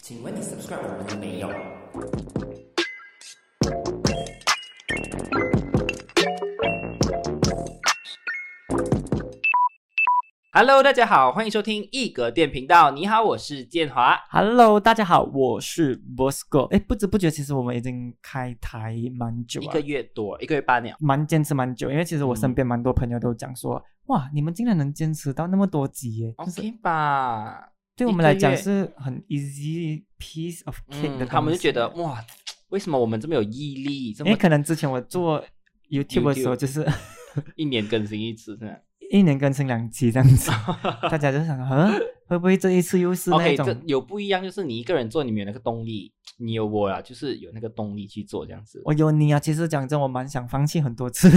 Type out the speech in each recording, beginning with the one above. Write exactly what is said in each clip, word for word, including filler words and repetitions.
请问你 subscribe 我们了没有？Hello， 大家好，欢迎收听一格电频道。你好，我是建华。 Hello， 大家好，我是 Bosco。哎，不知不觉，其实我们已经开台蛮久了， 一个月多，一个月八年， 蛮坚持蛮久。因为其实我身边蛮多朋友都讲说，嗯、哇，你们竟然能坚持到那么多集耶 ，OK 吧？ 对我们来讲是很 easy piece of cake 的、嗯、 他们就觉得哇，为什么我们这么有毅力？因为可能之前我做 YouTube 的时候，就是一年更新一次，是吧？ 一年更新两期这样子，大家就想，嗯，会不会这一次又是那种 ？OK， 这有不一样，就是你一个人做，你没有那个动力，你有我啊，就是有那个动力去做这样子。 我有你啊，其实讲真，我蛮想放弃很多次。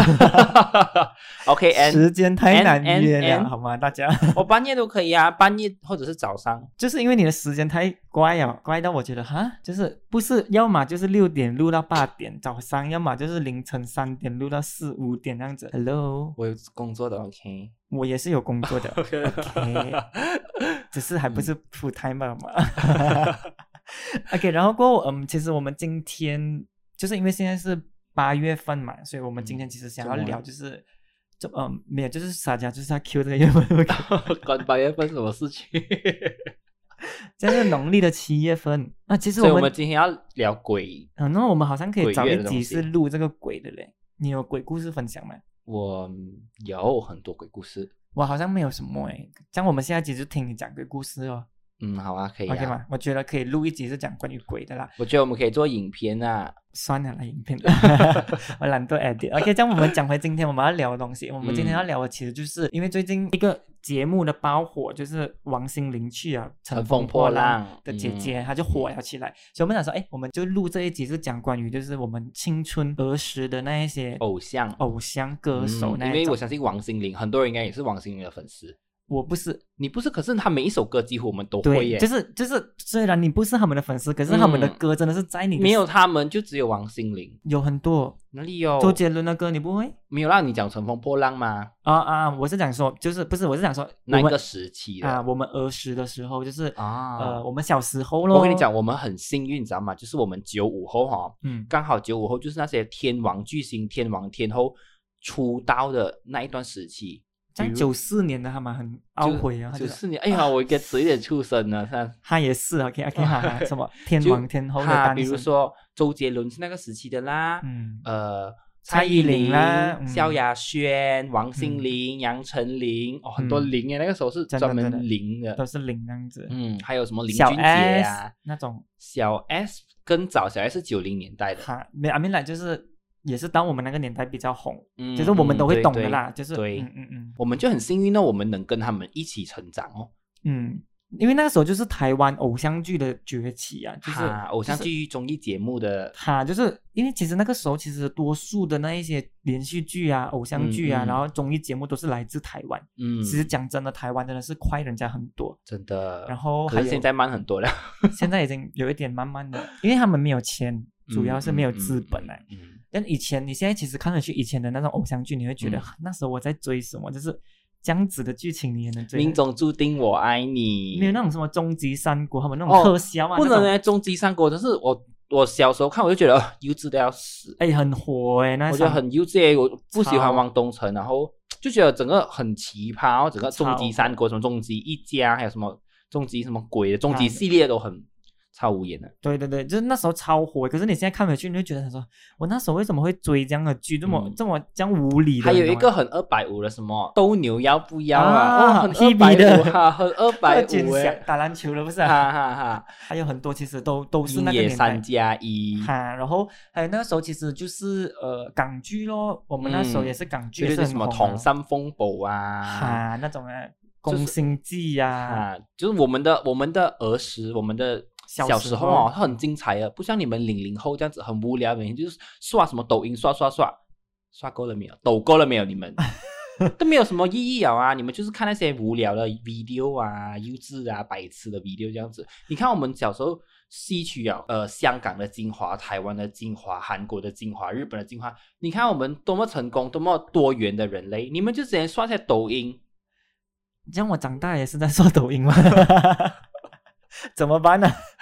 OK， 时间太难约了，好吗？大家， 我半夜都可以啊，半夜或者是早上， 就是因为你的时间太乖啊，乖到我觉得哈，就是不是要么就是六点录到八点早上，要么就是凌晨三点录到四五点这样子。Hello， 我有工作的 ，OK。 我也是有工作的 ，OK， 只是还不是 full timer 嘛。OK， 然后过后，嗯，其实我们今天就是因为现在是八月份嘛，所以我们今天其实想要聊就是，就嗯，没有，就是大家就是要 Q 这个月份， 关八月份什么事情？ 这是农历的七月份。那、啊、其实我们，所以我们今天要聊鬼。 嗯，那我们好像可以找一集是录这个鬼的嘞。你有鬼故事分享吗？ 我有很多鬼故事， 我好像没有什么诶。这样我们下一集就听你讲鬼故事哦。 嗯，好啊，可以啊。 OK 吗？我觉得可以录一集是讲关于鬼的啦。 我觉得我们可以做影片啊。 算了啦，影片我懒得 edit。 OK， 这样我们讲回今天我们要聊的东西。我们今天要聊的其实就是因为最近一个节目的爆火，就是王心凌去啊乘风破浪的姐姐、嗯、她就火了起来，所以我们想说哎，我们就录这一集是讲关于就是我们青春儿时的那一些偶像偶像歌手那一种、 嗯、因为我相信王心凌很多人应该也是王心凌的粉丝。 我不是， 你不是，可是他每一首歌几乎我们都会耶。 就是就是，虽然你不是他们的粉丝，可是他们的歌真的是在你的、 嗯、没有他们就只有王心凌， 有很多哪里有周杰伦的歌你不会？ 没有啦，你讲乘风破浪吗？ 啊啊，我是讲说，就是不是，我是讲说哪一个时期的啊？我们儿时的时候，就是啊， 呃，我们小时候咯。 我跟你讲，我们很幸运，你知道吗？就是我们九五后哈，嗯，刚好九五后就是那些天王巨星、天王天后出道的那一段时期。 像九四年的他们很懊悔啊， 九四年，哎呀，我应该迟一点出生呢。他他也是 ，OK OK， 哈哈，什么天王天后的诞生， 比如说周杰伦是那个时期的啦， 嗯， 呃， 蔡依林啦， 嗯、萧亚轩、王心凌、嗯、杨丞琳，哦，很多林耶、嗯，那个时候是专门林的， 都是林这样子。 嗯，还有什么林俊杰啊， 那种小 S 更早，小 S 是九零年代的， 哈，没阿明来就是。也是当我们那个年代比较红，嗯、就是我们都会懂的啦， 嗯、 就是对， 嗯嗯嗯， 我们就很幸运呢，我们能跟他们一起成长哦。 嗯，因为那个时候就是台湾偶像剧的崛起啊，就是偶像剧综艺节目的， 哈、就是，就是因为其实那个时候其实多数的那一些连续剧啊、偶像剧啊，嗯嗯、然后综艺节目都是来自台湾。嗯，其实讲真的，台湾真的是快人家很多， 真的。 然后还有现在慢很多了， 现在已经有一点慢慢的，因为他们没有钱，主要是没有资本来。嗯。嗯嗯嗯但以前你现在其实看回去以前的那种偶像剧，你会觉得、嗯、那时候我在追什么，就是这样子的剧情你也能追。 命中注定我爱你， 没有那种什么终极三国，他们那种特效啊、哦， 不能呢。终极三国，但是我我小时候看我就觉得、呃、幼稚的要死， 哎，很火哎，那我觉得很幼稚，我不喜欢汪东城，然后就觉得整个很奇葩，然后整个终极三国，什么终极一家，还有什么终极什么鬼的终极系列都很。超无言的， 对对对，就是那时候超火。可是你现在看回去，你就觉得他说，我那时候为什么会追这样的剧，这么、嗯、这么这样无理的？ 还有一个很二百五的什么斗牛要不要啊？啊哦，很二百五哈，很二百五哎， 打篮球了不是、啊？ 哈哈哈。还有很多其实都都是那个年代。 三加一。 哈，然后还有那个时候其实就是呃港剧咯，我们那时候也是港剧，也是、 嗯、什么《溏心风暴》啊， 哈那种啊，《宫心计》啊， 就是我们的我们的儿时，我们的。小时候哦，它很精彩的，不像你们零零后这样子很无聊，每天就是刷什么抖音，刷刷刷，刷够了没有？抖够了没有？你们都没有什么意义啊！你们就是看那些无聊的 video 啊、幼稚啊、白痴的 video 这样子。你看我们小时候吸取啊，呃，香港的精华、台湾的精华、韩国的精华、日本的精华。你看我们多么成功，多么多元的人类，你们就只能刷些抖音。 像我长大也是在刷抖音吗？怎么办呢？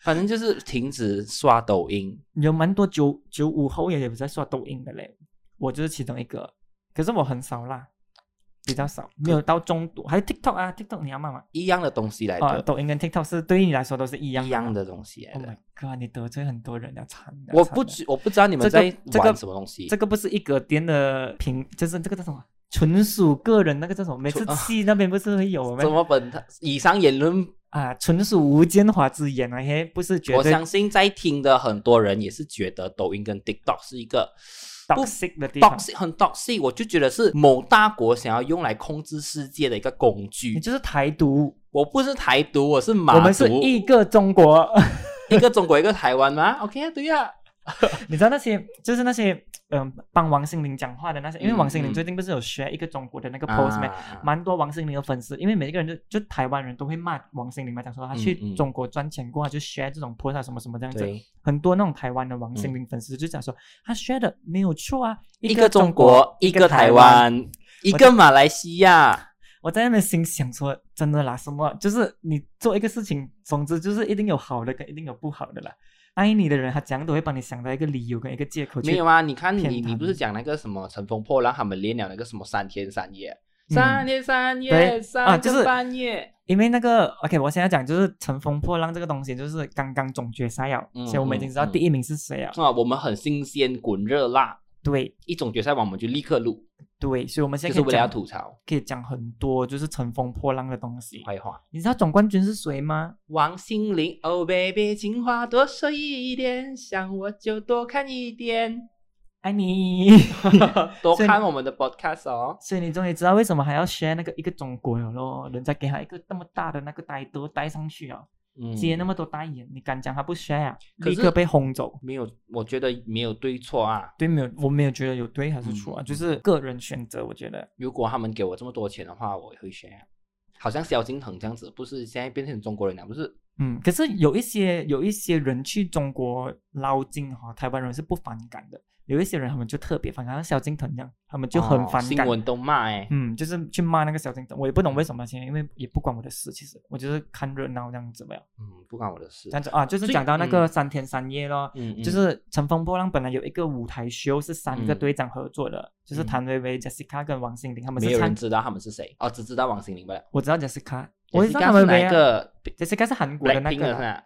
反正就是停止刷抖音。 有蛮多九九五后也有在刷抖音的嘞，我就是其中一个，可是我很少啦，比较少，没有到中毒。还有 TikTok 啊 ，TikTok 你要骂吗？ 一样的东西来的、 啊，抖音跟 TikTok 是对于你来说都是一样的一样的东西来的。 Oh my god， 你得罪很多人要惨的。 我不我不知道你们在玩什么东西。 这个、这个不是一格店的评，就是这个叫什么？纯属个人那个叫什么？每次戏那边不是会有什么本以上言论啊，纯属无奸滑之言啊，嘿，不是绝对。 我相信在听的很多人也是觉得抖音跟 TikTok 是一个 toxic 的地方 ，toxic 很 toxic， 我就觉得是某大国想要用来控制世界的一个工具。 你就是台独， 我不是台独，我是马独。 我们是一个中国， 一个中国一个台湾吗 ？OK， 对呀、啊。 你知道那些就是那些嗯、呃、帮王心凌讲话的那些，因为王心凌最近不是有学一个中国的那个 post 吗？蛮、啊、多王心凌的粉丝，因为每一个人就就台湾人都会骂王心凌嘛，讲说他去中国赚钱过，他就 share 这种 post 啊什么什么这样子。很多那种台湾的王心凌粉丝就讲说、嗯、他 share 的没有错啊， 一个中国，一个台湾，一个马来西亚。 我在那边心想说，真的啦，什么就是你做一个事情，总之就是一定有好的跟一定有不好的啦。爱你的人，他怎样都会帮你想到一个理由跟一个借口。 没有啊，你看你你不是讲那个什么乘风破浪，他们练了那个什么三天三夜，嗯、三天三夜，三个半夜。啊就是、 因为那个 OK， 我现在讲就是乘风破浪这个东西，就是刚刚总决赛了，嗯、所以我们已经知道第一名是谁了。 嗯、啊，我们很新鲜滚热辣。 对， 一总决赛完我们就立刻录。 对，所以我们现在可以就是为了要吐槽， 可以讲很多就是乘风破浪的东西。 坏话， 你知道总冠军是谁吗？ 王心凌。Oh baby， 情话多说一点，想我就多看一点， 爱你。 多看我们的 podcast 哦。 所以你终于知道为什么还要 share 那个一个中国了咯，人家给他一个那么大的那个带都带上去啊。嗯、接那么多代言，你敢讲他不 share 啊？立刻被轰走。 没有，我觉得没有对错啊。 对，没有，我没有觉得有对还是错啊，嗯、就是个人选择。我觉得， 如果他们给我这么多钱的话，我也会 share。好像萧敬腾这样子，不是现在变成中国人了，不是？ 嗯，可是有一些有一些人去中国捞金哈，台湾人是不反感的。有一些人他们就特别反感，像萧敬腾这样，他们就很反感。哦、 新闻都骂哎、欸， 嗯，就是去骂那个萧敬腾，我也不懂为什么，因为也不关我的事，其实我就是看热闹这样子吧。 嗯，不关我的事。 这样子啊，就是讲到那个三天三夜咯，嗯嗯、就是乘风破浪本来有一个舞台秀是三个队长合作的，嗯、就是谭维维、Jessica 跟王心凌，他们是没有人知道他们是谁哦，只知道王心凌罢了。 我知道 Jessica， 我知道他们哪个 Jessica 是韩国的那个。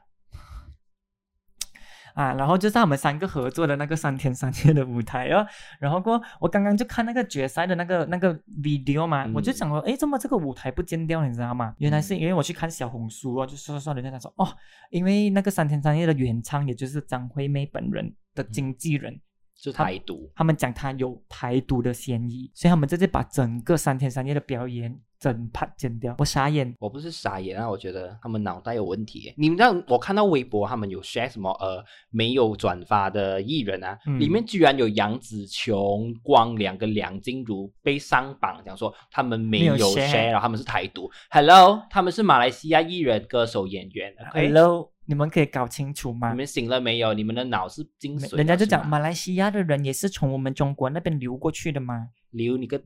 啊，然后就是他们三个合作的那个三天三夜的舞台哦，然后过我刚刚就看那个决赛的那个那个 video 嘛，嗯、我就想说，诶，怎么这个舞台不见掉，你知道吗？原来是因为我去看小红书哦，就说说人家说哦，因为那个三天三夜的原唱，也就是张惠妹本人的经纪人。嗯是台独， 他们讲他有台独的嫌疑，所以他们直接把整个三天三夜的表演整盘剪掉。我傻眼， 我不是傻眼啊，我觉得他们脑袋有问题。你们知道我看到微博他们有 share 什么呃没有转发的艺人啊、嗯、里面居然有杨紫琼、光良跟梁静茹被上榜，讲说他们没有 share， 然后他们是台独。 Hello， 他们是马来西亚艺人、歌手、演员。 Hello，你们可以搞清楚吗？ 你们醒了没有？你们的脑是进水了？ 人家就讲马来西亚的人也是从我们中国那边流过去的吗？ 流你个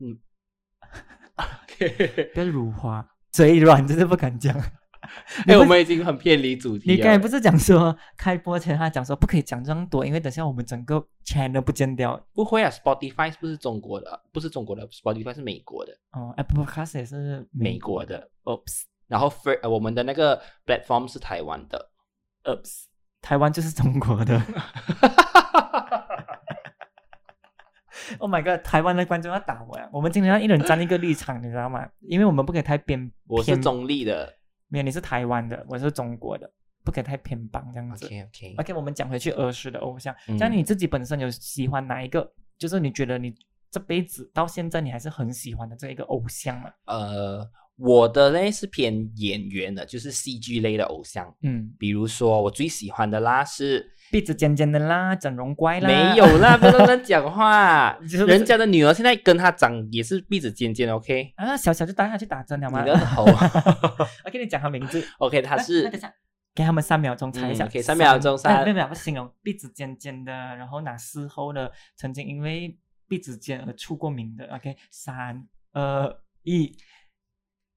不要辱华，嘴软真的不敢讲。 哎、欸，我们已经很偏离主题了。 你刚才不是讲说开播前他讲说不可以讲这么多，因为等下我们整个 channel 不见掉。 不会啊 ，Spotify 不是中国的，不是中国的 ，Spotify 是美国的。 哦 ，Apple Podcast 也是美国的。 Oops， 然后 for, 呃、我们的那个 platform 是台湾的。 Oops， 台湾就是中国的。Oh my god！ 台湾的观众要打我呀！我们今天要一人站一个立场，你知道吗？因为我们不可以太偏。 我是中立的。 没有，你是台湾的，我是中国的，不可以太偏帮这样子。 OK OK OK， 我们讲回去儿时的偶像，这样你自己本身有喜欢哪一个？嗯、就是你觉得你这辈子到现在你还是很喜欢的这一个偶像吗？ 呃，我的类是偏演员的，就是 C G 类的偶像。嗯，比如说我最喜欢的啦是鼻子尖尖的啦，整容怪啦。 没有啦，不能乱讲话。人家的女儿现在跟她长也是鼻子尖尖的 ，OK？ 啊，小小就带她去打针了吗？ 你的头。 我跟你讲她名字。 OK， 她是。 那等下，给他们三秒钟猜一下。 嗯、OK， 三秒钟三。 没有没有，不形容鼻子尖尖的，然后拿事后的曾经因为鼻子尖而出过名的。OK， 三二一。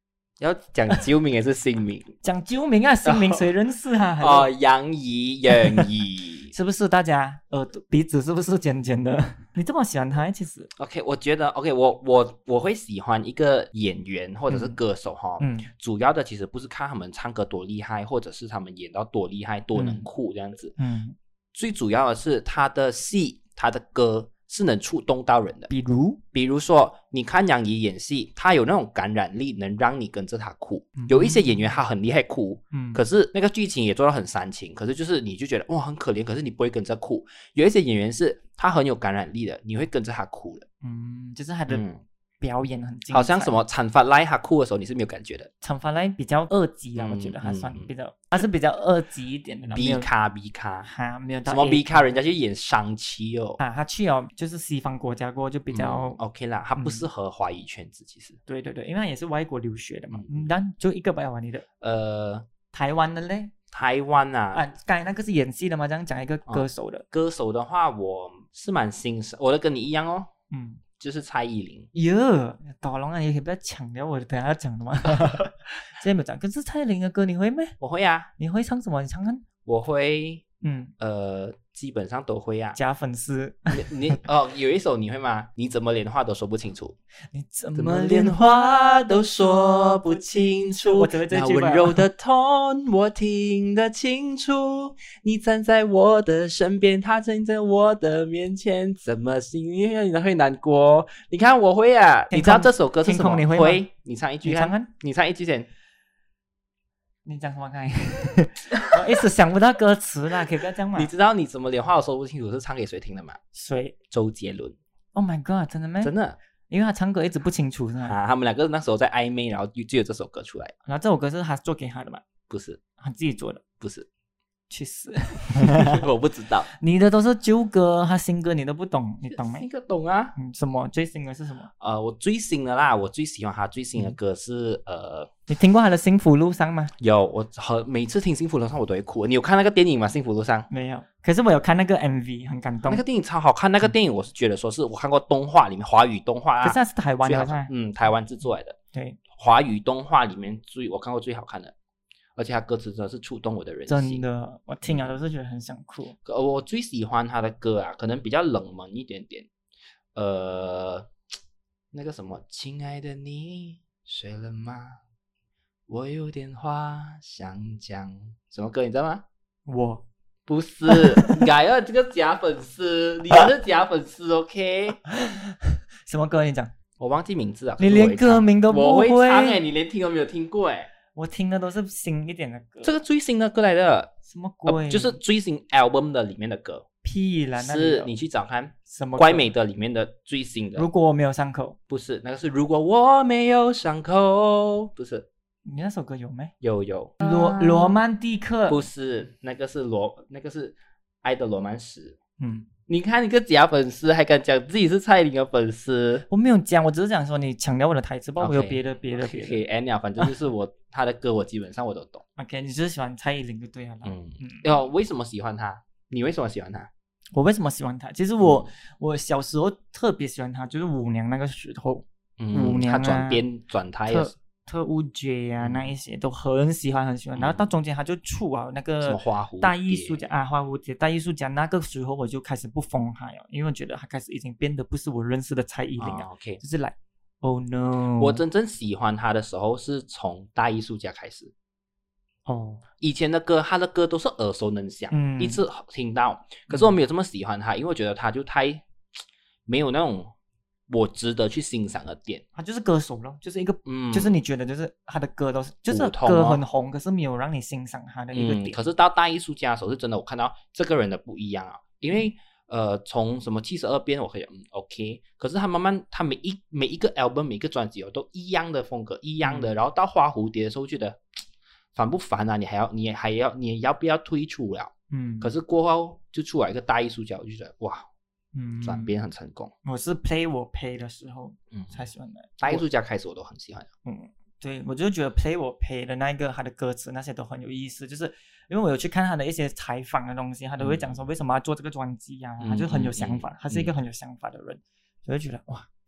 要讲旧名还是新名？ 讲旧名啊，新名谁认识啊？ 哦，杨怡、杨怡， 是不是大家耳朵鼻子是不是尖尖的？你这么喜欢他，其实 OK， 我觉得 OK， 我我我会喜欢一个演员或者是歌手哈， 嗯， 主要的其实不是看他们唱歌多厉害，或者是他们演到多厉害、多能酷这样子， 嗯， 最主要的是他的戏、他的歌是能触动到人的。 比如， 比如说，你看杨怡演戏，他有那种感染力，能让你跟着他哭。 嗯、 有一些演员他很厉害哭， 嗯， 可是那个剧情也做到很煽情，可是就是你就觉得哇很可怜，可是你不会跟着哭。有一些演员是他很有感染力的，你会跟着他哭的。 嗯，就是他的嗯表演很精彩， 好像什么产发赖他哭的时候你是没有感觉的。 产发赖比较二级啊、嗯，我觉得他算比较，他、嗯、是比较二级一点的。 B 咖 B 咖， 哈没有到什么 B 咖，人家去演伤妻哦。 啊，他去哦，就是西方国家过就比较、 嗯、OK 啦，他不适合华语圈子其实。 对对对，因为他也是外国留学的嘛。嗯，但就一个吧，玩你的。 呃， 台湾的嘞。 台湾啊， 啊，刚才那个是演戏的吗？这样讲一个歌手的、 哦。歌手的话，我是蛮欣赏，我的跟你一样哦。 嗯。 就是蔡依林哟，搞龙啊，你可以不要抢掉我等下要讲的吗？现在没有讲，可是蔡依林的歌你会咩？ 我会啊。 你会唱什么？你唱看。 我会， 嗯， 呃，基本上都会啊。 假粉丝， 你, 你哦，有一首你会吗？你怎么连话都说不清楚？ 你怎么连话都说不清楚？我只会这句吧。 那温柔的 tone 我听得清楚，你站在我的身边，他站在我的面前，怎么心里会难过？你看我会啊，你知道这首歌是什么？ 你会吗？ 会，你唱一句看，你唱看， 你唱一句先。 你讲什么看？我一时想不到歌词啦，可以不要这样嘛？ 你知道你怎么连话都说不清楚是唱给谁听的吗？ 谁？ 周杰伦。 Oh my god， 真的吗？ 真的， 因为他唱歌一直不清楚是吧？ 啊，他们两个那时候在暧昧，然后就有这首歌出来。 然后这首歌是他做给他的吗？ 不是， 他自己做的。 不是。 去死！ 我不知道， 你的都是旧歌，他新歌你都不懂，你懂没？ 新歌懂啊。 嗯，什么最新的是什么？ 呃，我最新的啦，我最喜欢他最新的歌是、嗯、呃， 你听过他的《幸福路上》吗？ 有，我很每次听《幸福路上》我都会哭。你有看那个电影吗？《幸福路上》 没有，可是我有看那个 M V， 很感动。 那个电影超好看，那个电影我是觉得说是我看过动画里面华语动画、啊， 可是它是台湾的， 嗯，台湾制作来的。 对， 华语动画里面最我看过最好看的。而且他歌词真的是触动我的人心， 真的，我听了都是觉得很想哭。 我最喜欢他的歌啊，可能比较冷门一点点。呃，那个什么，亲爱的你睡了吗？我有点话想讲。什么歌你知道吗？ 我不是，改了这个假粉丝，你是假粉丝 ，OK？ 什么歌你讲？ 我忘记名字啊。 你连歌名都不会？ 我会唱哎、欸，你连听都没有听过哎、欸。 我听的都是新一点的歌， 这个最新的歌来的， 什么鬼、 呃？就是最新 album 的里面的歌。 屁啦，那是你去找看什么？ 乖美的里面的最新的。 如果我没有伤口， 不是那个是如果我没有伤口，不是。 你那首歌有没？ 有有。 罗罗曼蒂克， 不是那个是罗那个是爱的罗曼史。 嗯。 你看你个假粉丝还敢讲自己是蔡依林的粉丝？ 我没有讲，我只是讲说你抢掉我的台词，不然我有别的别的别的。 可以 ，anyhow， 反正就是我他的歌我基本上我都懂。 OK， 你就是喜欢蔡依林就对了。 嗯嗯。要为什么喜欢他？你为什么喜欢他？ 我为什么喜欢他？其实我、嗯、我小时候特别喜欢他，就是舞娘那个时候。 嗯。 舞娘、啊、 他转变转台的。 特务 J 啊，那一些都很喜欢很喜欢，嗯、然后到中间他就出啊那个大艺术家啊，花蝴蝶大艺術家，那個時候我就開始不封他了，因為我覺得他開始已經變得不是我認識的蔡依林啊、 哦、，OK， 就是來 ，Oh no， 我真正喜歡他的時候是從大藝術家開始。 哦， 以前的歌，他的歌都是耳熟能詳， 嗯， 一直聽到，可是我沒有這麼喜歡他，因為我覺得他就太沒有那種。我值得去欣賞的點， 他就是歌手咯，就是一個，嗯，就是你覺得就是他的歌都是，就是歌很紅，可是沒有讓你欣賞他的一個點。 嗯、可是到大藝術家的時候，是真的我看到這個人的不一樣啊，因為呃，從什麼七十二變，我可以嗯 OK，可是他慢慢，他每一每一個 album 每一個專輯都一樣的風格，一樣的，嗯、然後到花蝴蝶的時候覺得煩不煩啊？你還要你還要你要不要退出了？嗯，可是過後就出來一個大藝術家，我就覺得哇。嗯，轉變很成功。 我是 play 我 pay 的時候，嗯，才喜歡的。 大藝術家開始我都很喜歡。 嗯，對，我就覺得 play 我 pay 的那一個，他的歌詞那些都很有意思。就是因為我有去看他的一些採訪的東西，他都會講說為什麼要做這個專輯啊，嗯、他就很有想法、嗯，他是一個很有想法的人，我、嗯、就覺得哇，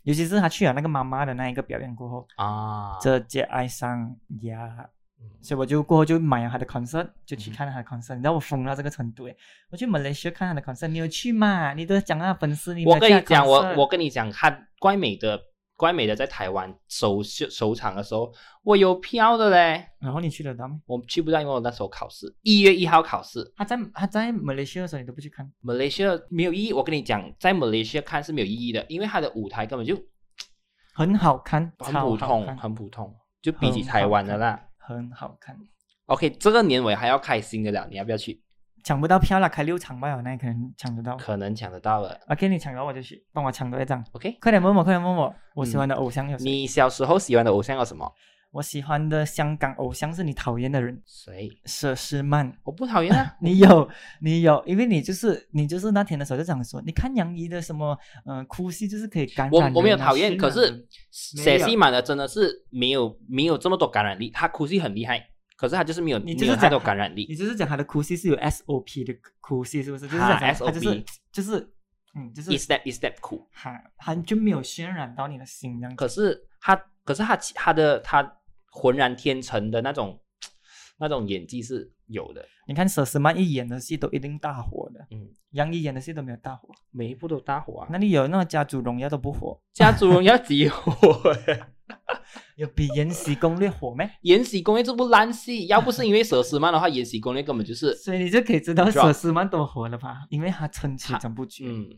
尤其是他去了那个妈妈的那一个表演过后啊， 直接爱上呀。所以我就过后就买了他的 concert， 就去看他的 concert，、嗯、你知道我疯到这个程度诶！我去马来西亚看他的 concert， 你有去吗？你都讲他的粉丝，你没有去他的 concert。我跟你讲，我我跟你讲，他怪美的怪美的在台湾首首场的时候，我有票的嘞。 然后你去得到吗？ 我去不到，因为我那时候考试，一月一号考试。 他在他在马来西亚的时候，你都不去看？ 马来西亚没有意义。我跟你讲，在马来西亚看是没有意义的，因为他的舞台根本就很好看， 很普通，很普通，就比起台湾的啦， 很好看。 OK， 这个年尾还要开新的了，你要不要去？ 抢不到票了，开六场吧，那可能抢得到， 可能抢得到了。 OK， 你抢到我就去，帮我抢多一张。 OK， 快点摸摸，快点摸摸，我喜欢的偶像有谁？ 嗯、你小时候喜欢的偶像有什么？ 我喜欢的香港偶像是你讨厌的人， 谁？ 佘诗曼。 我不讨厌啊。 你有，你有，因为你就是你就是那天的时候就这样说，你看杨怡的什么，嗯、呃，哭戏就是可以感染人。 我我没有讨厌，可是佘诗曼的真的是没有没有这么多感染力，他哭戏很厉害。可是他就是没有， 你就是太多感染力。 你就是讲他的哭戏是有 S O P 的哭戏，是不是？就是讲他就是就是嗯，就是一 step 一 step 哭， 哈，他就没有渲染到你的心这样子。 可是他，可是他他的他浑然天成的那种那种演技是有的。 你看佘诗曼一演的戏都一定大火的， 嗯， 杨怡演的戏都没有大火， 每一部都大火啊。 那里有那个家族荣耀都不火， 家族荣耀几火有比延禧攻略火咩？ 延禧攻略这部烂戏，要不是因为佘诗曼的话，延禧攻略根本就是， 所以你就可以知道佘诗曼多火了吧？因为他撑起整部剧。 嗯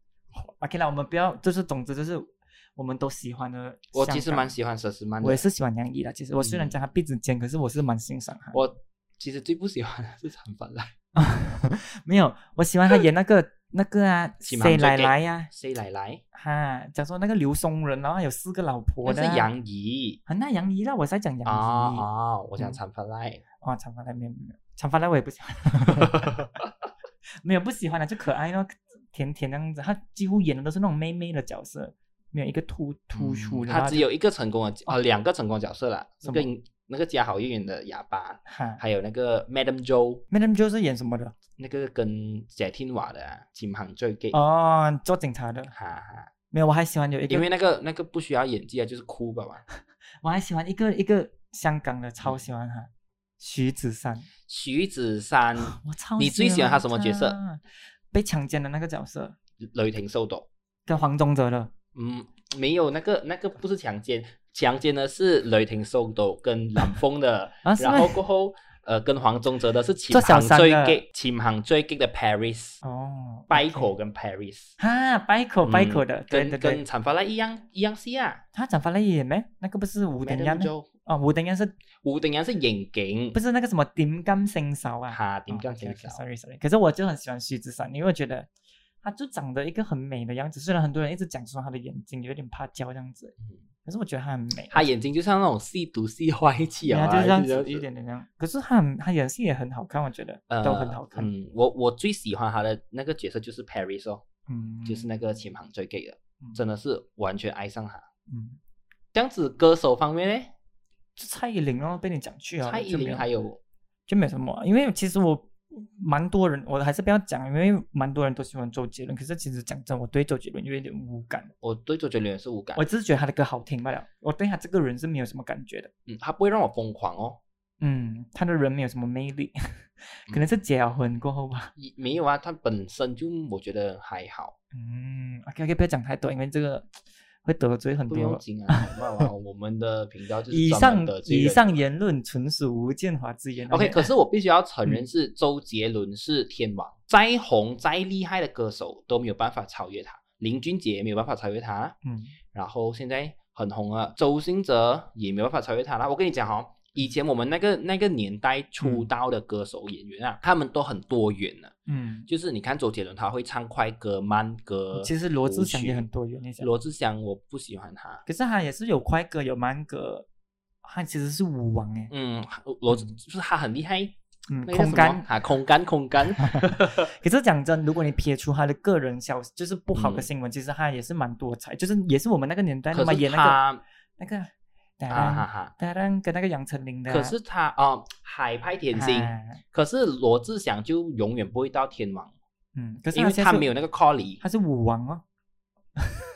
，OK 啦，我们不要，就是总之就是我们都喜欢的。 我其实蛮喜欢佘诗曼的， 我也是喜欢杨怡的。其实我虽然讲他鼻子尖，嗯、可是我是蛮欣赏他。 我其实最不喜欢的是陈法拉。 没有，我喜欢他演那个那个啊，谁来来呀？ 谁来来？ 哈，讲说那个刘松仁，然后有四个老婆的。 那是杨怡。 啊，那杨怡啦，我在讲杨怡。 哦哦，我讲陈法拉。 哦，陈法拉没有没有，陈法拉我也不喜欢。没有不喜欢的，就可爱咯，甜甜那样子。他几乎演的都是那种妹妹的角色，没有一个突突出的。 他只有一个成功的啊，两个成功角色啦。那个那个嘉豪演员的哑巴，还有那个 Madam Jo。Madam Jo 是演什么的？ 那个跟谢天华的《潛行追擊》 哦，做警察的。 哈哈， 没有，我还喜欢有一个， 因为那个那个不需要演技啊，就是哭吧嘛。 我还喜欢一个一个香港的，超喜欢他，徐子珊。 徐子珊， 我超喜欢他。 你最喜欢他什么角色？ 被强奸的那个角色。 雷霆受斗。 跟黄宗泽的。 嗯，没有，那个那个不是强奸。强奸的是雷霆受斗跟蓝峰的， 啊、 然後過後呃跟黃宗澤的是潛行追擊，潛行追擊的 Paris 哦 ，Baiko 跟 Paris 哈 Baiko Baiko 的，對對對， 跟陳法拉一樣一樣戲啊， 他陳法拉演咩？那個不是吳鼎欣哦，吳鼎欣是吳鼎欣是刑警， 不是那個什麼點金聖手啊？ 哈，點金聖手 ，sorry sorry，可是我就很喜歡徐子珊，因為我覺得他就長得一個很美的樣子，雖然很多人一直講說他的眼睛有點怕焦這樣子。嗯，可是我覺得他很美， 他眼睛就像那種戲毒戲壞氣啊， 就這樣子一點點這樣。可是他很他演戲也很好看，我覺得、呃、都很好看。 嗯，我我最喜歡他的那個角色就是 Paris 哦， 嗯， 就是那個潛行追擊的、嗯，真的是完全愛上他。 嗯， 這樣子歌手方面呢， 就蔡依林哦，被你講去啊， 蔡依林還有就沒有什麼，因為其實我。蠻多人，我還是不要講，因為蠻多人都喜歡周杰倫。可是其實講真，我對周杰倫有一點無感。 我對周杰倫也是無感， 我只是覺得他的歌好聽罷了。我對他這個人是沒有什麼感覺的。 嗯，他不會讓我瘋狂哦。 嗯，他的人沒有什麼魅力，可能是結了婚過後吧。 嗯、沒有啊，他本身就我覺得還好。 嗯 ，OK OK，不要講太多，因為這個會得罪很多。不用緊啊，我們的頻道就是以上以上言論純屬吳建華之言。 OK， 可是我必須要承認是周杰倫是天王，嗯、再紅再厲害的歌手都沒有辦法超越他，林俊傑也沒有辦法超越他。 嗯， 然後現在很紅啊，周興哲也沒有辦法超越他啦。我跟你講哈，以前我們那個那個年代出道的歌手演員啊，嗯、他們都很多元的。 嗯， 就是你看周杰倫他會唱快歌慢歌， 其實羅志祥也很多元。 羅志祥我不喜歡他， 可是他也是有快歌有慢歌，他其實是舞王誒。 嗯，羅就是他很厲害。 嗯，空干啊，空干空干。 可是講真，如果你撇除他的個人消息，就是不好的新聞，嗯、其實他也是蠻多彩，就是也是我們那個年代那麼演那個那個。啊哈哈，跟那個楊丞琳的、啊。 可是他哦，海派甜心，啊、可是羅志祥就永遠不會到天王。 嗯，可是因為他沒有那個 callie， 他是舞王哦。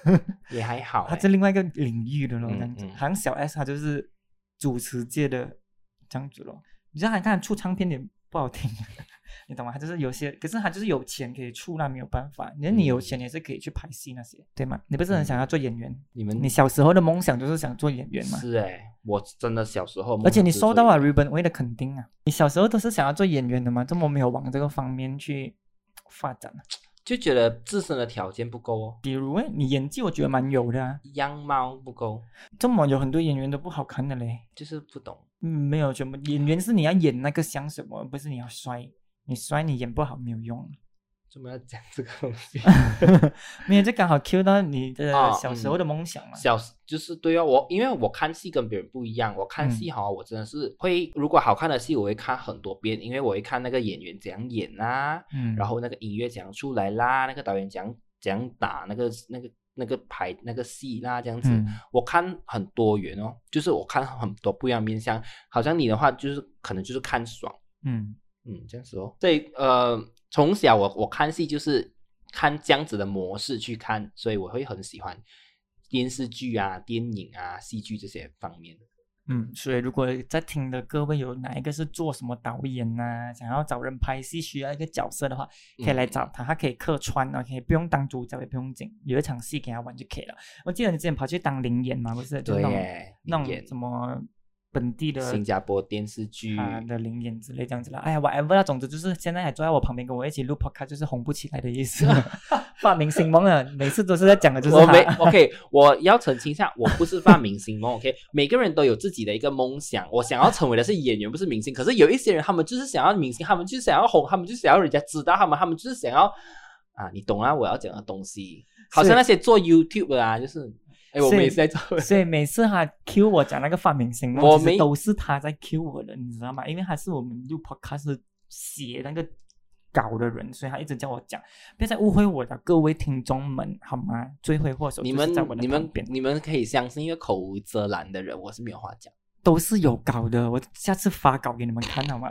也还好、欸， 他是另外一个领域的咯， 嗯这样子。 嗯好像小 S 他就是主持界的这样子咯。你知道他看出唱片也不好听，你懂吗？他就是有些，可是他就是有钱可以出啦，没有办法。那你有钱也是可以去拍戏那些，嗯、对吗？你不是很想要做演员？ 你们你小时候的梦想就是想做演员吗？ 是哎、欸，我真的小时候， 而且你受到了 Ruben Wei 的肯定啊，你小时候都是想要做演员的吗？这么没有往这个方面去发展啊？ 就觉得自身的条件不够哦， 比如诶，你演技我觉得蛮有的啊， 样貌不够， 这么有很多演员都不好看的嘞， 就是不懂。 嗯，没有什么演员是你要演那个像什么，不是你要帅，你帅你演不好没有用。 怎么要讲这个东西？ 没有，就刚好 cue 到你的小时候的梦想嘛。 哦嗯、小就是对啊，我因为我看戏跟别人不一样，我看戏哈、嗯，我真的是会，如果好看的戏我会看很多遍，因为我会看那个演员怎样演啊，嗯，然后那个音乐怎样出来啦，那个导演怎样怎样打那个那个那个排那个戏啦，这样子、嗯，我看很多元哦，就是我看很多不一样的面向，好像你的话就是可能就是看爽，嗯嗯，这样子哦，所以呃。从小我我看戏就是看这样子的模式去看，所以我会很喜欢电视剧啊、电影啊、戏剧这些方面的。 嗯，所以如果在听的各位有哪一个是做什么导演啊，想要找人拍戏需要一个角色的话，可以来找他，嗯、他可以客串啊，可以不用当主角也不用紧，有一场戏给他玩就可以了。我记得你之前跑去当灵演嘛，不是？ 对， 就那种那种什么。本地的新加坡电视剧啊的灵演之类这样子啦，哎呀 whatever 啦，总之就是现在还坐在我旁边跟我一起录 podcast， 就是红不起来的意思。发明星梦啊，每次都是在讲的就是他。 我没 OK， 我要澄清一下，我不是发明星梦 OK， 每个人都有自己的一个梦想，我想要成为的是演员，不是明星。可是有一些人，他们就是想要明星，他们就是想要红，他们就是想要人家知道他们，他们就是想要啊，你懂啊？我要讲的东西，好像那些做 YouTube 的啊，就是。哎，我们也是在做， 所以每次他 cue 我讲那个发明星梦，其实都是他在 cue 我的，你知道吗？因为他是我们录 podcast 写那个稿的人，所以他一直叫我讲，不要再误会我的各位听众们，好吗？罪魁祸首就是在我的旁边。 你们你们你们可以相信一个口无遮拦的人，我是没有话讲， 都是有稿的，我下次发稿给你们看好吗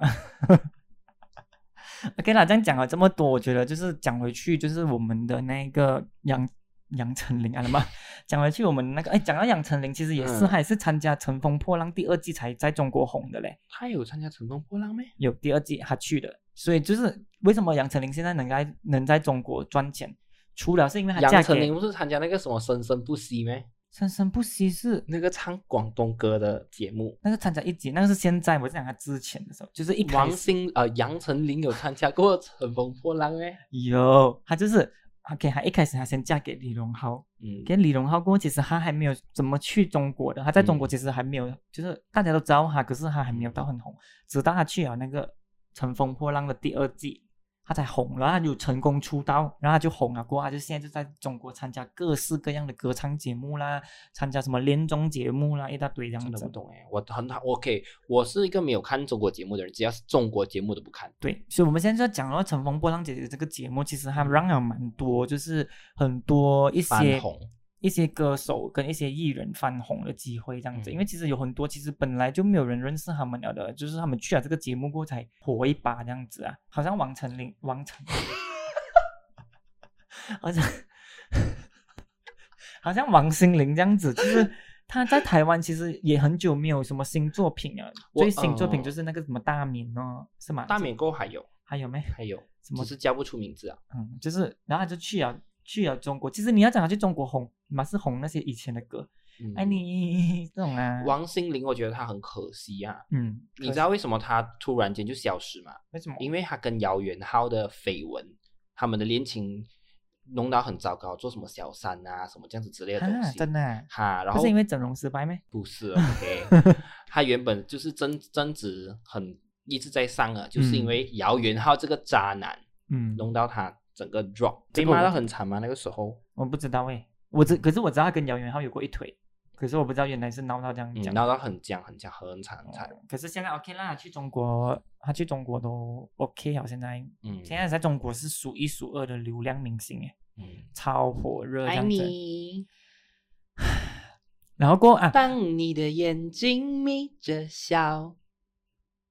？OK 啦，这样讲了这么多，我觉得就是讲回去，就是我们的那个杨。杨丞琳啊嘛，讲回去我们那个，哎，讲到杨丞琳，其实也是，嗯、他也是参加《乘风破浪》第二季才在中国红的嘞。 他有参加《乘风破浪》没？ 有第二季他去的，所以就是为什么杨丞琳现在能在能在中国赚钱，除了是因为他嫁给杨丞琳不是参加那个什么《生生不息》没？ 生生不息是那个唱广东歌的节目， 那个参加一集，那个是现在，我是讲他之前的时候，就是一王心呃杨丞琳有参加过《乘风破浪》没？ 有，他就是。OK， 他一开始他先嫁给李荣浩，嗯，跟李荣浩过后，其实他还没有怎么去中国的，他在中国其实还没有，嗯、就是大家都知道他，可是他还没有到很红，直到他去了那个《乘风破浪》的第二季，他才红，然后他就成功出道，然后他就红了，过后他就现在就在中国参加各式各样的歌唱节目啦，参加什么恋综节目啦，一大堆这样子。 真的不懂哎，我很好 OK， 我是一个没有看中国节目的人，只要是中国节目都不看。 对，所以我们现在就讲到《乘风破浪姐姐》这个节目，其实它让了蛮多，就是很多一些一些歌手跟一些艺人翻红的机会这样子，嗯、因为其实有很多其实本来就没有人认识他们了的，就是他们去了这个节目过后才火一把这样子啊，好像王丞琳，王丞琳，好像好像王心凌这样子，就是他在台湾其实也很久没有什么新作品了，最新作品就是那个什么大冕哦，是吗？ 大冕过后还有还有没？ 还有什么？只是叫不出名字啊。 嗯，就是然后他就去了。去了中国，其实你要讲他去中国红，嘛是红那些以前的歌，嗯、爱你这种啊。 王心凌，我觉得他很可惜啊。 嗯， 你知道为什么他突然间就消失吗？ 为什么？ 因为他跟姚元浩的绯闻，他们的恋情弄到很糟糕，做什么小三啊，什么这样子之类的东西。 啊、真的、啊？ 哈，然后不是因为整容失败吗？ 不是 ，OK， 他原本就是争争执很一直在上啊，就是因为姚元浩这个渣男，嗯，弄到他。整个 drop 被骂到很惨吗？那个时候我不知道诶，我只可是我知道他跟姚元浩有过一腿，可是我不知道原来是闹到这样讲， 嗯、闹到很僵很僵很惨很惨、哦。 可是现在 OK 啦，去中国他去中国都 OK 好，现在嗯，现在在中国是数一数二的流量明星诶，嗯，超火热，爱你。然后过啊， 当你的眼睛眯着笑。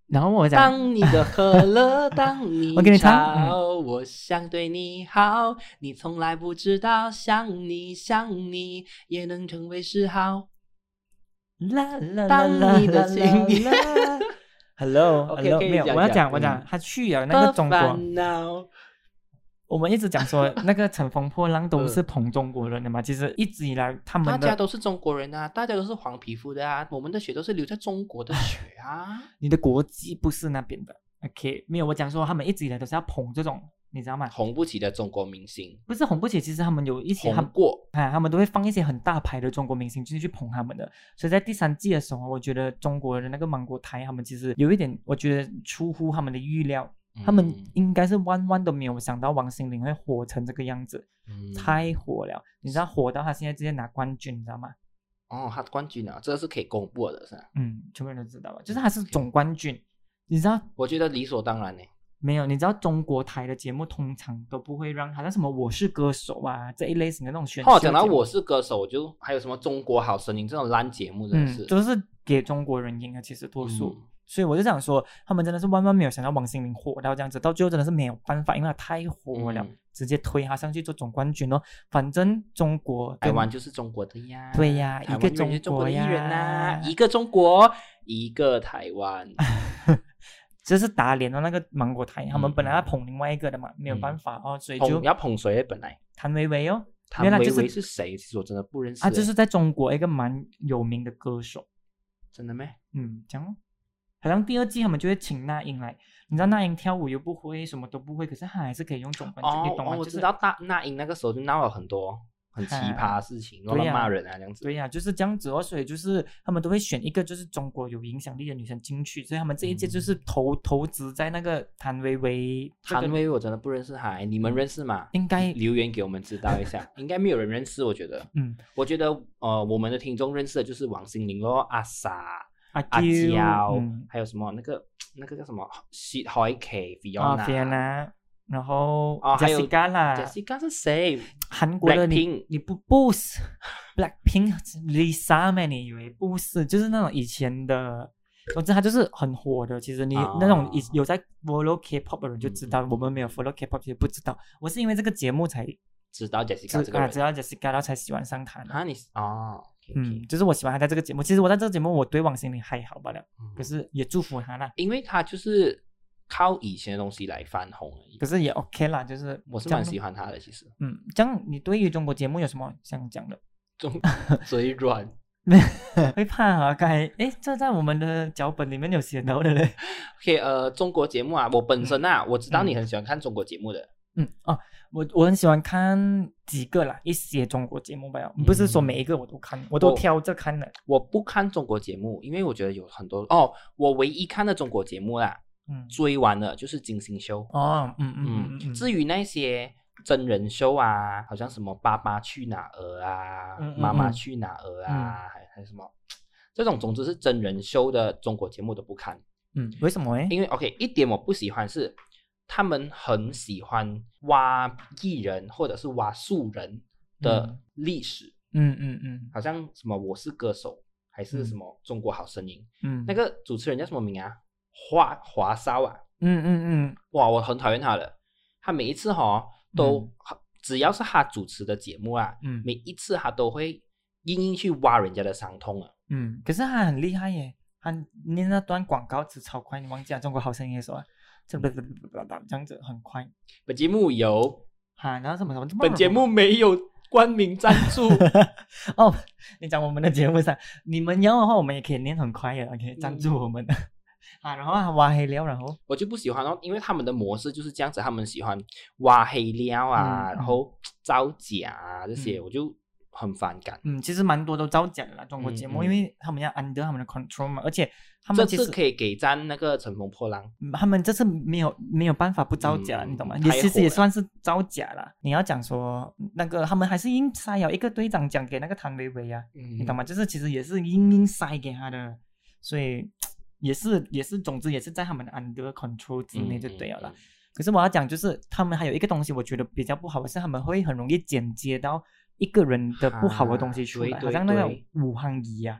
然后我讲， 当你的可乐，当你我给你唱吵，我想对你好，你从来不知道，想你想你也能成为嗜好。 啦啦当你的情啦啦 Hello OK， Hello 可以没有， 讲讲我要讲我讲嗯他去了那个中不国， 烦恼我们一直讲说那个乘风破浪都是嗯捧中国人的嘛，其实一直以来他大们的家都是中国人啊，大家都是黄皮肤的啊，我们的血都是流在中国的血啊。 你的国籍不是那边的 OK 没有，我讲说他们一直以来都是要捧这种你知道吗？ 红不起的中国明星， 不是红不起，其实他们有一些他们红过啊，他们都会放一些很大牌的中国明星进去捧他们的，所以在第三季的时候，我觉得中国的那个芒果台他们其实有一点，我觉得出乎他们的预料，他们嗯应该是万万都没有想到王心凌会火成这个样子， 嗯太火了，你知道火到他现在直接拿冠军，你知道吗？ 哦，他冠军啊，这个是可以公布的，是吧？ 嗯，全部人都知道吧，就是他是总冠军，你知道我觉得理所当然呢。 没有？你知道中国台的节目通常都不会让好像什么我是歌手啊这一类型的那种选秀哦， 节目， 讲到我是歌手，我就还有什么中国好声音这种烂节目，真的是， 嗯，都是给中国人赢的，其实多数。 嗯所以我就想说，他们真的是万万没有想到王心凌火到这样子，到最后真的是没有办法，因为他太火了， 嗯直接推他上去做总冠军哦。反正中国台湾就是中国的呀， 对呀， 台湾一个人是中国的艺呀， 人呐、一个中国，一个台湾。 这是打脸的那个芒果台，他们嗯本来要捧另外一个的嘛，没有办法哦，所以就捧要捧谁？本来谭维维哦， 谭原来就是维维是谁？其实我真的不认识。 啊，就是在中国一个蛮有名的歌手， 真的咩？ 嗯，这样哦。好像第二季他们就会请那英来，你知道那英跳舞又不会，什么都不会，可是她还是可以用总冠军， 哦你懂吗？ 哦，我就是知道大那英那个时候就闹了很多很奇葩的事情，乱对呀骂人啊这样子。 对呀、就是这样子哦，所以就是他们都会选一个就是中国有影响力的女生进去，所以他们这一届就是投、投资在那个谭维维、这个， 谭维维我真的不认识他，你们认识吗？ 应该留言给我们知道一下，应该没有人认识，我觉得。 嗯我觉得呃，我们的听众认识的就是王心凌咯，阿 sa、 阿阿娇， 嗯还有什么那个那个叫什么薛海琪、 啊 Fiona、 Fiona，然后哦还有 Jessica 啦 Jessica 是谁？ 韩国的你 Blackpink 你不不是 Blackpink Lisa 吗？你以为不是？就是那种以前的，总之他就是很火的。其实你、 啊那种有有在 follow K-pop 的人就知道， 嗯嗯我们没有 follow K-pop 其实不知道。我是因为这个节目才知道 Jessica 这个人知啊知道 Jessica，然后才喜欢上她的。 啊？你哦， 嗯，就是我喜欢她在这个节目。其实我在这个节目我对王心凌还好罢了， 嗯可是也祝福她啦。 因为他就是靠以前的东西来翻红而已。 可是也 OK 啦，就是我是这样蛮喜欢他的，其实嗯，这样你对于中国节目有什么想讲的？ 中嘴软。 会怕啊？刚才诶，这在我们的脚本里面有写到的嘞。 OK， 呃，中国节目啊，我本身啊，我知道你很喜欢看中国节目的。 嗯哦，我我很喜欢看几个啦，一些中国节目吧，不是说每一个我都看，我都挑着看的。 我不看中国节目，因为我觉得有很多哦，我唯一看的中国节目啦， 嗯， 追完了就是金星秀。 哦，嗯嗯嗯嗯嗯， 至于那些真人秀啊，好像什么《爸爸去哪儿》啊， 嗯嗯嗯妈妈去哪儿》啊，还还有什么这种，总之是真人秀的中国节目都不看。 嗯，为什么诶？ 因为 OK， 一点我不喜欢是他们很喜欢挖艺人或者是挖素人的历史， 嗯嗯嗯好像什么我是歌手还是什么中国好声音， 嗯， 那个主持人叫什么名啊？华华少啊， 嗯嗯嗯哇，我很讨厌他的，他每一次哈、哦、都、 嗯只要是他主持的节目啊， 嗯每一次他都会硬硬去挖人家的伤痛啊。 嗯，可是他很厉害耶，他念那段广告词超快，你忘记了中国好声音的时候啊，这不不不不这样子很快本节目由哈，然后什么什么， 本节目没有冠名赞助。 哦，你讲我们的节目上，你们要的话，我们也可以念很快的，OK，赞助我们、啊，然后啊挖黑料，然后我就不喜欢哦，因为他们的模式就是这样子，他们喜欢挖黑料啊， 嗯然后造假啊这些， 嗯我就很反感。 嗯，其实蛮多都造假的啦，中国节目， 嗯嗯因为他们要 under 他们的 control 嘛，而且他们其实这次可以给赞那个乘风破浪， 嗯他们这次没有没有办法不造假， 嗯你懂吗？ 太也其实也火了算是造假啦。你要讲说那个他们还是硬塞有一个队长奖给那个谭维维啊， 嗯你懂吗？就是其实也是硬硬塞给他的，所以也是也是，总之也是在他们的 under control 之内就对了啦。 嗯嗯嗯可是我要讲，就是他们还有一个东西，我觉得比较不好的是，他们会很容易剪接到一个人的不好的东西出来， 啊对对好像那个对武汉仪啊，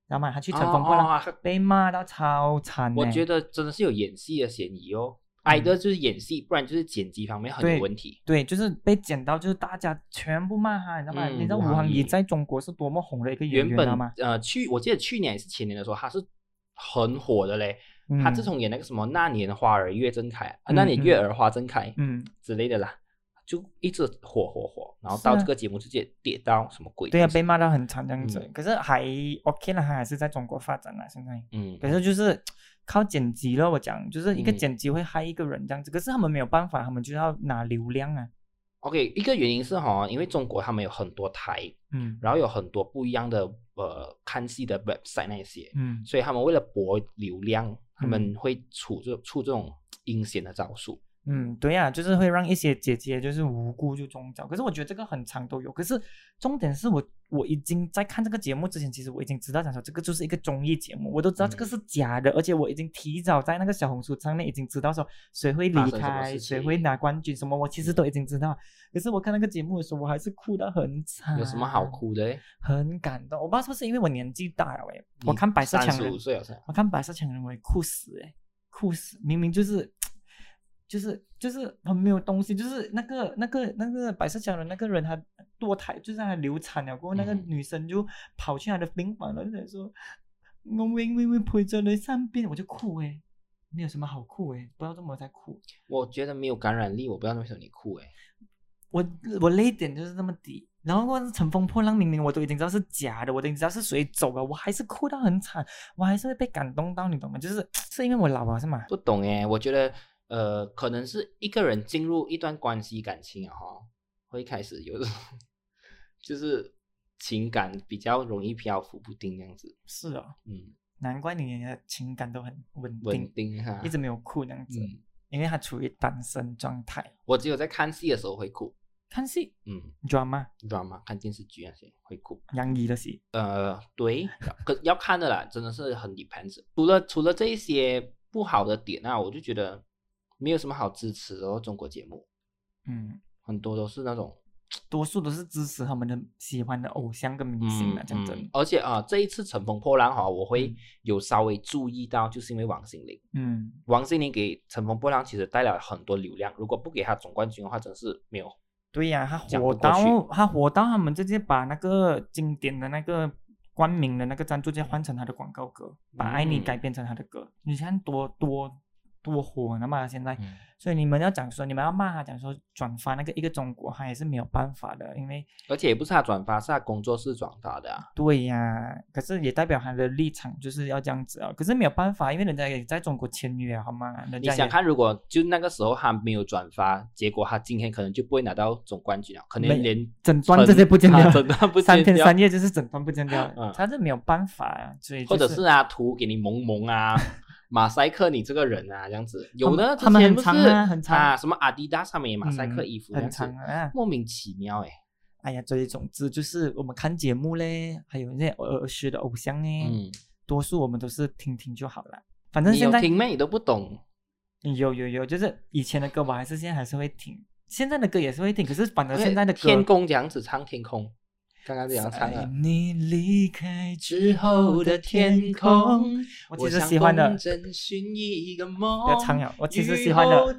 知道吗？他去乘风破浪、 哦哦、 被骂到超惨。 我觉得真的是有演戏的嫌疑哦。挨的就是演戏，不然就是剪辑方面很有问题。 对，对就是被剪到，就是大家全部骂他，你知道吗？嗯、你知道吴航怡在中国是多么红的一个演员， 原本吗？ 呃，去我记得去年还是前年的时候，他是很火的嘞。嗯、他自从演那个什么那年花儿月正开，嗯、那年月儿花正开，嗯之类的啦，就一直火火火，然后到这个节目直接跌到什么鬼？ 对啊，被骂到很惨这样子。嗯、可是还 OK 了，他还是在中国发展了，现在。嗯，可是就是。靠剪辑了，我讲就是一个剪辑会害一个人这样子，嗯、可是他们没有办法，他们就要拿流量啊。 OK， 一个原因是哈，因为中国他们有很多台，嗯，然后有很多不一样的呃看戏的 website 那些，嗯，所以他们为了博流量，他们会出这出这种阴险的招数。 嗯，对呀、啊，就是会让一些姐姐就是无辜就中招，可是我觉得这个很常都有。可是重点是我我已经在看这个节目之前，其实我已经知道讲说这个就是一个综艺节目，我都知道这个是假的，嗯、而且我已经提早在那个小红书上面已经知道说谁会离开，谁会拿冠军什么，我其实都已经知道。可是我看那个节目的时候，我还是哭得很惨。 有什么好哭的？ 很感动，我不知道是不是因为我年纪大了哎，我看百色强人， 三十五岁了， 我看百色强人我也哭死哎，哭死，明明就是。就是就是很没有东西，就是那个那个那个白色强人那个人他堕胎，就是他流产了过后，嗯、那个女生就跑去他的病房了，就说我永远会陪着你身邊，我就哭哎、欸，没有什么好哭哎、欸，不知道怎么在哭。 我觉得没有感染力，我不知道为什么你哭哎、欸。 我我泪点就是这么低，然后我乘风破浪，明明我都已经知道是假的，我都已经知道是谁走了，我还是哭到很惨，我还是会被感动到，你懂吗？就是是因为我老了是吗？ 不懂哎、欸，我觉得。呃，可能是一个人进入一段关系感情啊，哈，会开始有就是情感比较容易漂浮不定这样子。 是哦，嗯，难怪你的情感都很稳定， 稳定哈， 一直没有哭这样子，嗯、因为他处于单身状态。 我只有在看戏的时候会哭。 看戏？ 嗯 ，drama drama 看电视剧那些会哭。 杨怡的戏？ 呃，对，可要看的啦，真的是很 depends。除了除了这一些不好的点啊，我就觉得。没有什么好支持的哦，中国节目，嗯，很多都是那种， 多数都是支持他们的喜欢的偶像跟明星的，讲真、 嗯嗯。而且啊，这一次乘风破浪哈，我会有稍微注意到，就是因为王心凌，嗯，王心凌给乘风破浪其实带来很多流量，如果不给他总冠军的话，真是没有。 对呀、啊，他火到他火到他们直接把那个经典的那个冠名的那个赞助，直接换成他的广告歌，把《爱你》改编成他的歌，嗯、你看多多。多火了嘛现在、嗯、所以你们要讲说你们要骂他讲说转发那个一个中国他也是没有办法的，因为而且也不是他转发，是他工作室转发的啊。 对呀、啊、可是也代表他的立场就是要这样子啊，可是没有办法，因为人家也在中国签约好吗？人家你想看如果就那个时候他没有转发，结果他今天可能就不会拿到总冠军了，可能连整段这些不见掉， 整段不见掉三天三夜就是整段不见掉、嗯、他是没有办法啊，所以、就是、 或者是啊图给你萌萌啊马赛克你这个人啊，这样子有的他们很长啊，很长啊，什么阿迪达上面也马赛克衣服、 嗯，很长啊， 莫名其妙哎、欸。 哎呀，所以总之就是我们看节目嘞，还有那些儿时的偶像呢，嗯，多数我们都是听听就好了。反正现在你有听咩？你都不懂。 有有有，就是以前的歌，我还是现在还是会听，现在的歌也是会听，可是反而现在的歌， 天空这样子唱天空。刚刚这样唱了。 你离开之后的天空，我其实喜欢的。不要唱了，我其实喜欢的。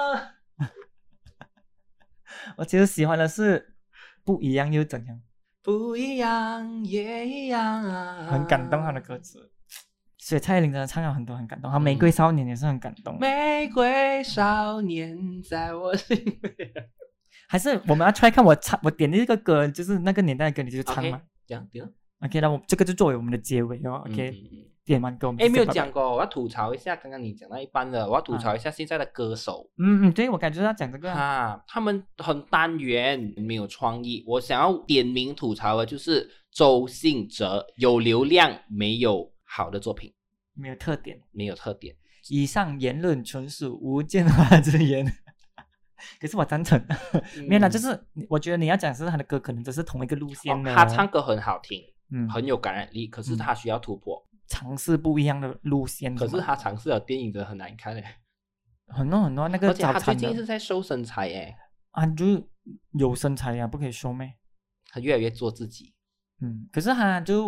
我其实喜欢的是不一样又怎样？ 不一样也一样啊。 很感动他的歌词，所以蔡依林真的唱了很多很感动，他《玫瑰少年》也是很感动。 玫瑰少年在我心里。 还是我们要 try 看我唱我点的这个歌，就是那个年代的歌，你就唱吗？ 这样点。 OK， 那我这个就作为我们的结尾哦。OK，、嗯、点完歌我们。 哎，没有讲过，我要吐槽一下，刚刚你讲到一半了，我要吐槽一下现在的歌手。 嗯嗯，对，我感觉要讲这个啊，他们很单元，没有创意。我想要点名吐槽的就是周信哲，有流量，没有好的作品， 没有特点， 没有特点。 以上言论纯属吴建华之言。可是我赞成、嗯、没有啦，就是我觉得你要讲是他的歌可能只是同一个路线的、 哦、他唱歌很好听、嗯、很有感染力，可是他需要突破、嗯、 尝试不一样的路线。 可是他尝试的电影真的很难看耶， 很多很多那个， 而且他最近是在瘦身材耶， 啊就有身材呀、啊，不可以瘦咩， 他越来越做自己。 嗯，可是他就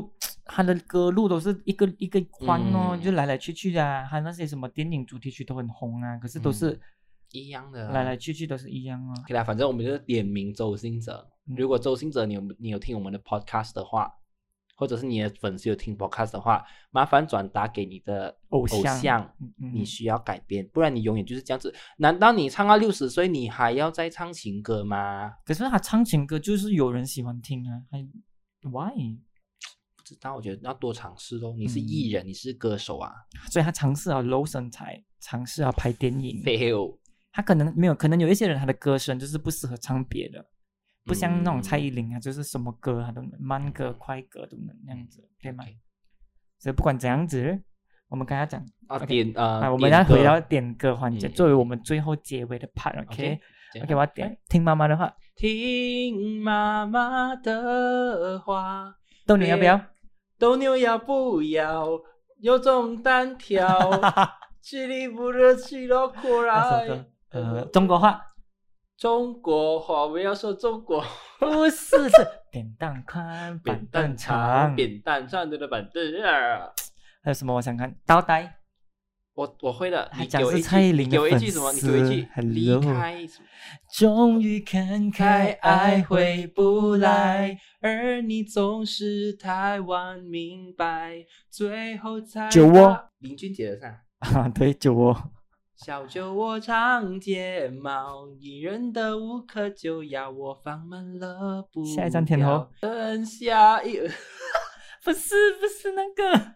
他的歌路都是一个一个宽哦， 嗯就来来去去的啊。他那些什么电影主题曲都很红啊，可是都是、 嗯、一样的， 来来去去都是一样啊。 OK 啦，反正我们就是点名周兴哲。 嗯、 如果周兴哲你有你有听我们的 podcast 的话，或者是你的粉丝有听 podcast 的话，麻烦转达给你的偶像， 偶像嗯嗯、 你需要改变，不然你永远就是这样子。难道你唱到六十岁，你还要再唱情歌吗？ 可是他唱情歌就是有人喜欢听啊，还 why？ 不知道，我觉得要多尝试咯。你是艺人，嗯、你是歌手啊， 所以他尝试了 low 身材，尝试了拍电影 fail。 他可能没有，可能有一些人他的歌声就是不适合唱别的。不像那种蔡依林啊，嗯、就是什么歌他都能，慢歌、快歌都能那样子，对吗？ Okay. 所以不管怎样子，我们跟他讲啊， okay, 点啊、呃， 我们要回到点歌环节，嗯、作为我们最后结尾的 part，OK？OK，、okay? okay, 我要点听妈妈的话， 听妈妈的话， 豆牛要不要？ 豆牛要不要？有种单挑，气力不热，气到过来。 呃，中国话。 中国话，不要说中国， 不是是扁担宽，板凳长， 扁担长的板凳啊。 还有什么？我想看倒带， 我我会的。 他讲是蔡依林的粉丝。 有一句什么？你有一句离开。 终于看开，爱回不来， 而你总是太晚明白，最后才酒窝。 林俊杰的噻。 啊，对，酒窝。 小酒窝长睫毛，隐忍的无可救药，我放慢了步调。 下一站天后， 等下一不是不是那个，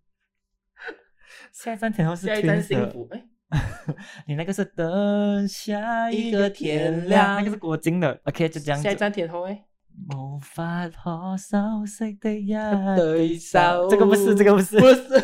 下一站天后是下一站幸福。哎， 你那个是等下一个天亮，那个是郭靖的。OK， 就这样子。 下一站天后哎， 無法可收拾的一對手， 這個不是，這個不是， 不是。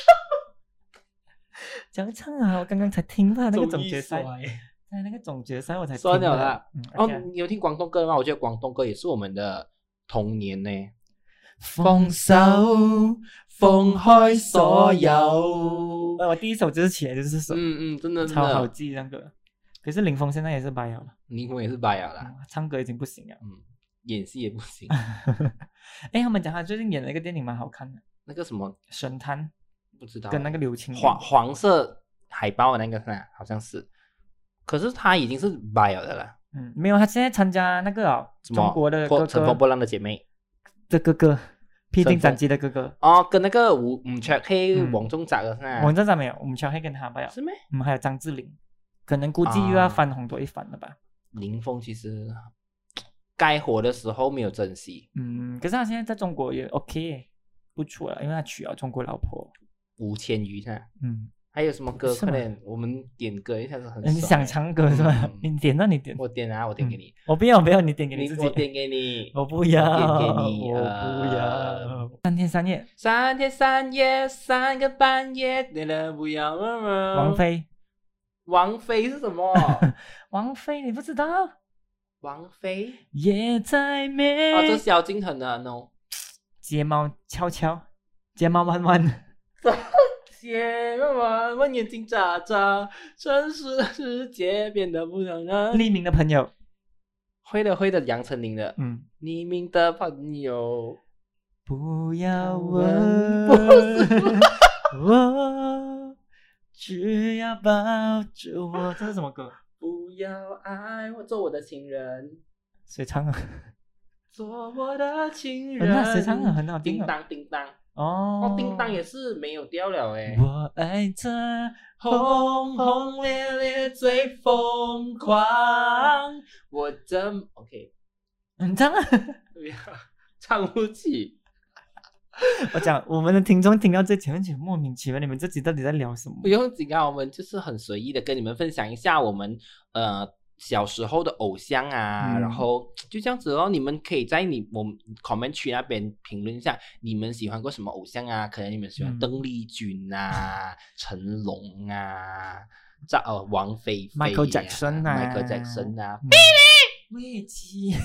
講唱啊！我剛剛才聽到那個總決賽，在那個總決賽我才聽到。 算了啦。 嗯、 哦， okay. 你有聽廣東歌嗎？我覺得廣東歌也是我們的童年呢。 放手，放開所有。我第一首就是起來就是首， 嗯嗯，真的超好記那個。可是林峰現在也是掰了， 林峰也是掰了啦、 嗯，唱歌已經不行了， 嗯，演戲也不行。 哎，他們講他最近演了一個電影蠻好看的， 那個什麼神探。 不知道， 跟那個劉青雲黃黃色海報的那個是吧？好像是，可是他已經是 bio 的了。 嗯，沒有，他現在參加那個、哦、中國的哥哥， 乘風破浪的姐妹的哥哥，披荊斬棘的哥哥。 哦，跟那個吳吳卓羲、王宗澤的是吧？ 王宗澤沒有，吳卓羲跟他 bio 是咩？ 嗯，還有張智霖，可能估計又要翻紅多一番了吧？啊、 林峰其實該火的時候沒有珍惜。 嗯，可是他現在在中國也 OK， 不錯了，因為他娶了中國老婆。 吳千語噻， 嗯， 還有什麼歌？快點，我們點歌一下子很爽。 你想唱歌是吧？嗯、你點那你點。 我點啊，我點給你。 嗯、我不要，不要，你點給你自己。 我點給你。 我不要， 我點給你。 我不要。呃、三天三夜。 三天三夜，三個半夜，點了不要。 王菲。 王菲是什麼？ 王菲你不知道？ 王菲。 夜再美。 哦，這蕭敬騰的 no。 睫毛翹翹，睫毛彎彎。 睫毛彎彎，眼睛眨眨，城市的世界變得不一樣。 黎明的朋友， 會的會的，楊丞琳的， 嗯， 黎明的朋友， 不要問我，只要抱着我。這是什麼歌？ 不要愛我，做我的情人。 誰唱啊？ 做我的情人。 那誰唱啊？很好聽。 叮當叮當。 哦， 哦，叮當也是沒有調了誒。 我愛這轟轟烈烈最瘋狂。 我真 OK。 你唱啊？ 不要，唱不起。 我講，我們的聽眾聽到這前面就莫名其妙，你們這集到底在聊什麼？ 不用緊啊，我們就是很隨意的跟你們分享一下我們呃小時候的偶像啊、嗯，然後就這樣子哦。你們可以在你我們 comment 區那邊評論一下，你們喜歡過什麼偶像啊？可能你們喜歡鄧麗君啊、嗯、成龍啊、趙呃王菲菲、啊、 Michael Jackson 啊、 Michael Jackson 啊。 喂雞，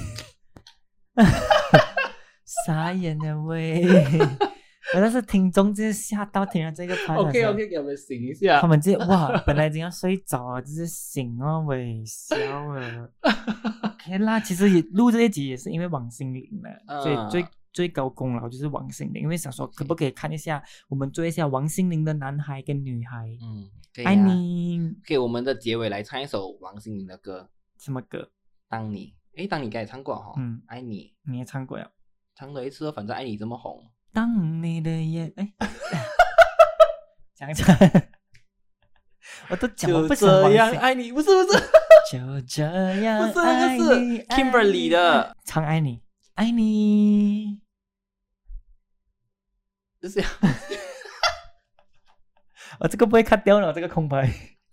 傻眼了喂！我但是聽眾就是嚇到聽了這個 part。 OK OK，給我們醒一下。 他們就哇，本來已經要睡着了，就是醒哦，微笑了。OK 啦，其實也錄這一集也是因為王心凌了、嗯，所以最最高功劳就是王心凌，因为想说可不可以看一下，我们做一下王心凌的男孩跟女孩。 嗯，可以啊。 爱你。 给我们的结尾来唱一首王心凌的歌。 什么歌？ 当你。诶，当你刚才唱过哈、哦。 嗯， 爱你。 你也唱过呀？ 唱了一次，反正爱你这么红。 当你的眼，哎，讲讲，我都讲我不喜欢就这样爱你，不是不是， 就这样不是那个是 Kimberly 的唱爱你，爱你， 就是我这个不会 cut 掉了，这个空白。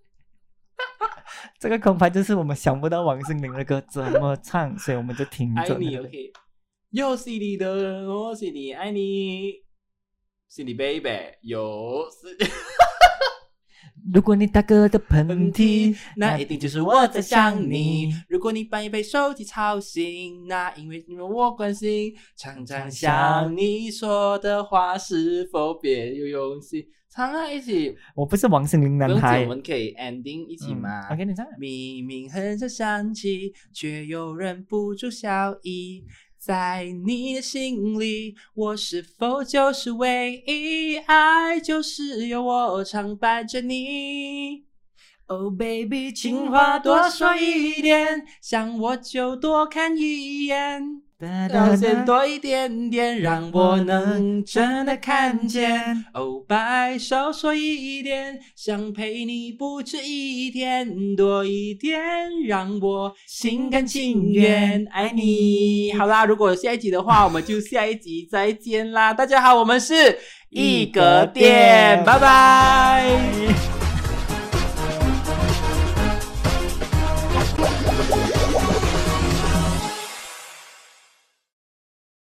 这个空白就是我们想不到王心凌的歌怎么唱，所以我们就听着。 爱你 ，OK。又是你的，我是你，爱你，是你 baby， 又是。 如果你打嗝的喷嚏， 那一定就是我在想你。如果你半夜被手机吵醒，那因为因为我关心，常常想你说的话是否别有用心。唱啊，一起！ 我不是王心凌男孩， 我们可以 ending 一起吗？ 我、嗯、给你唱。 明明很想想起，却又忍不住笑意。在你的心里，我是否就是唯一？爱就是由我常伴着你。Oh baby， 情话多说一点，想我就多看一眼。表现多一点点，让我能真的看见。哦，白少说一点，想陪你不止一天，多一点，让我心甘情愿爱你。好啦，如果有下一集的话，我们就下一集再见啦。大家好，我们是一格店，拜拜。